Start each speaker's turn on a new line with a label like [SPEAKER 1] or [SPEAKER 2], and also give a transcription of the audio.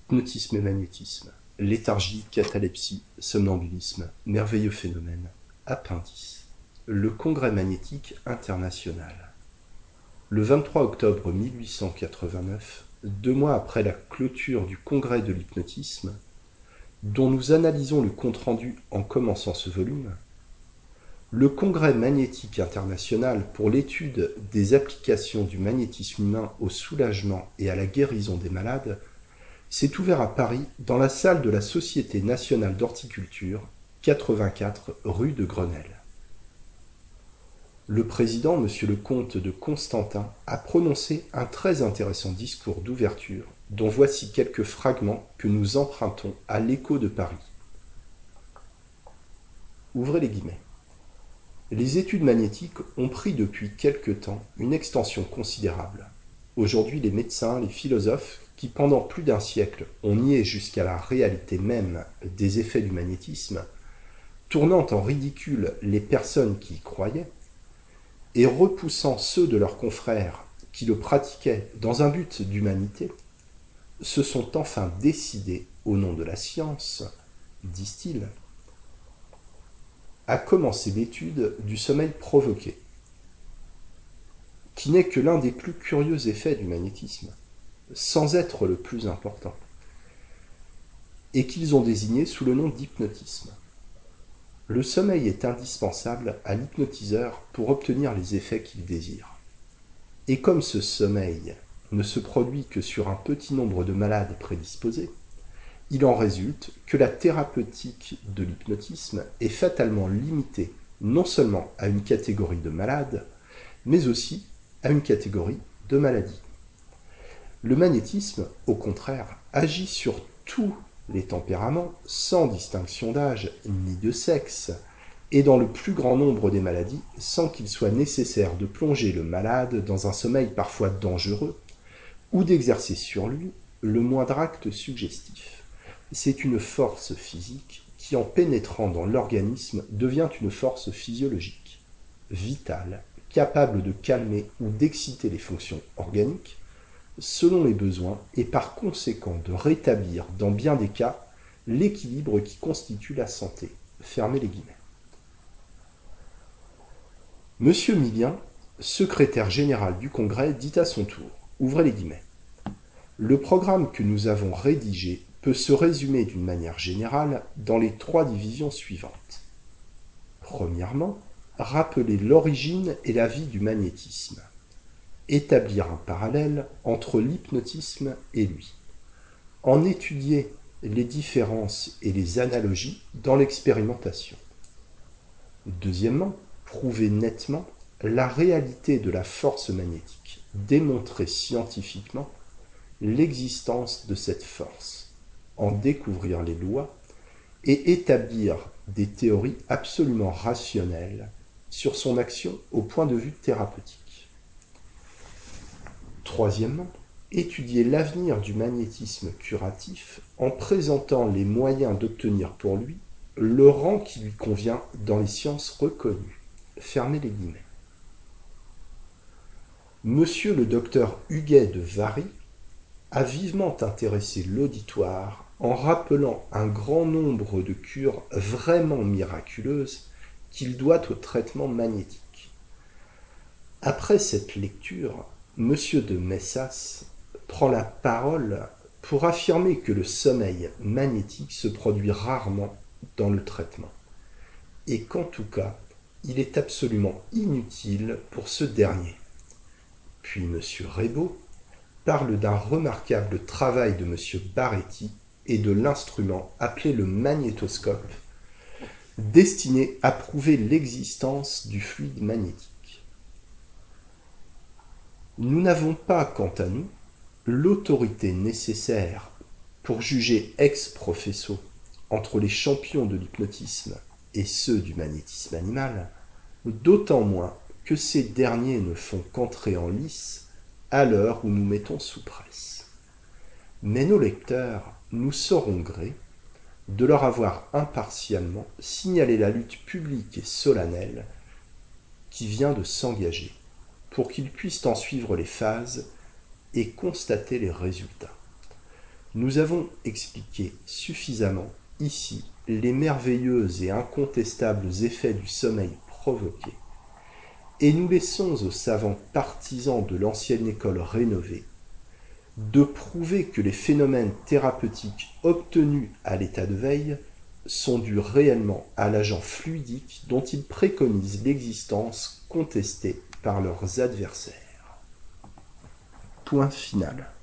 [SPEAKER 1] Hypnotisme et magnétisme, léthargie, catalepsie, somnambulisme, merveilleux phénomène. Appendice. Le Congrès magnétique international. Le 23 octobre 1889, 2 mois après la clôture du Congrès de l'hypnotisme, dont nous analysons le compte-rendu en commençant ce volume, le Congrès magnétique international pour l'étude des applications du magnétisme humain au soulagement et à la guérison des malades s'est ouvert à Paris dans la salle de la Société nationale d'horticulture, 84 rue de Grenelle. Le président, M. le comte de Constantin, a prononcé un très intéressant discours d'ouverture dont voici quelques fragments que nous empruntons à l'Écho de Paris. Ouvrez les guillemets. Les études magnétiques ont pris depuis quelque temps une extension considérable. Aujourd'hui, les médecins, les philosophes, qui pendant plus d'un siècle ont nié jusqu'à la réalité même des effets du magnétisme, tournant en ridicule les personnes qui y croyaient, et repoussant ceux de leurs confrères qui le pratiquaient dans un but d'humanité, se sont enfin décidés, au nom de la science, disent-ils, à commencer l'étude du sommeil provoqué, qui n'est que l'un des plus curieux effets du magnétisme, sans être le plus important, et qu'ils ont désigné sous le nom d'hypnotisme. Le sommeil est indispensable à l'hypnotiseur pour obtenir les effets qu'il désire. Et comme ce sommeil ne se produit que sur un petit nombre de malades prédisposés, il en résulte que la thérapeutique de l'hypnotisme est fatalement limitée non seulement à une catégorie de malades, mais aussi à une catégorie de maladies. Le magnétisme, au contraire, agit sur tous les tempéraments, sans distinction d'âge ni de sexe, et dans le plus grand nombre des maladies, sans qu'il soit nécessaire de plonger le malade dans un sommeil parfois dangereux, ou d'exercer sur lui le moindre acte suggestif. C'est une force physique qui, en pénétrant dans l'organisme, devient une force physiologique, vitale, capable de calmer ou d'exciter les fonctions organiques, selon les besoins, et par conséquent de rétablir, dans bien des cas, l'équilibre qui constitue la santé. Fermez les guillemets. Monsieur Millien, secrétaire général du Congrès, dit à son tour, ouvrez les guillemets, le programme que nous avons rédigé peut se résumer d'une manière générale dans les 3 divisions suivantes. Premièrement, rappeler l'origine et la vie du magnétisme. Établir un parallèle entre l'hypnotisme et lui. En étudier les différences et les analogies dans l'expérimentation. Deuxièmement, prouver nettement la réalité de la force magnétique, démontrer scientifiquement l'existence de cette force, en découvrir les lois et établir des théories absolument rationnelles sur son action au point de vue thérapeutique. Troisièmement, étudier l'avenir du magnétisme curatif en présentant les moyens d'obtenir pour lui le rang qui lui convient dans les sciences reconnues. Fermez les guillemets. Monsieur le docteur Huguet de Vary a vivement intéressé l'auditoire en rappelant un grand nombre de cures vraiment miraculeuses qu'il doit au traitement magnétique. Après cette lecture, M. de Messas prend la parole pour affirmer que le sommeil magnétique se produit rarement dans le traitement, et qu'en tout cas, il est absolument inutile pour ce dernier. Puis M. Raybaud parle d'un remarquable travail de M. Baretti et de l'instrument appelé le magnétoscope, destiné à prouver l'existence du fluide magnétique. Nous n'avons pas, quant à nous, l'autorité nécessaire pour juger ex professo entre les champions de l'hypnotisme et ceux du magnétisme animal, d'autant moins que ces derniers ne font qu'entrer en lice à l'heure où nous mettons sous presse. Mais nos lecteurs nous sauront gré de leur avoir impartialement signalé la lutte publique et solennelle qui vient de s'engager, pour qu'ils puissent en suivre les phases et constater les résultats. Nous avons expliqué suffisamment ici les merveilleux et incontestables effets du sommeil provoqué, et nous laissons aux savants partisans de l'ancienne école rénovée de prouver que les phénomènes thérapeutiques obtenus à l'état de veille sont dus réellement à l'agent fluidique dont ils préconisent l'existence contestée par leurs adversaires. Point final.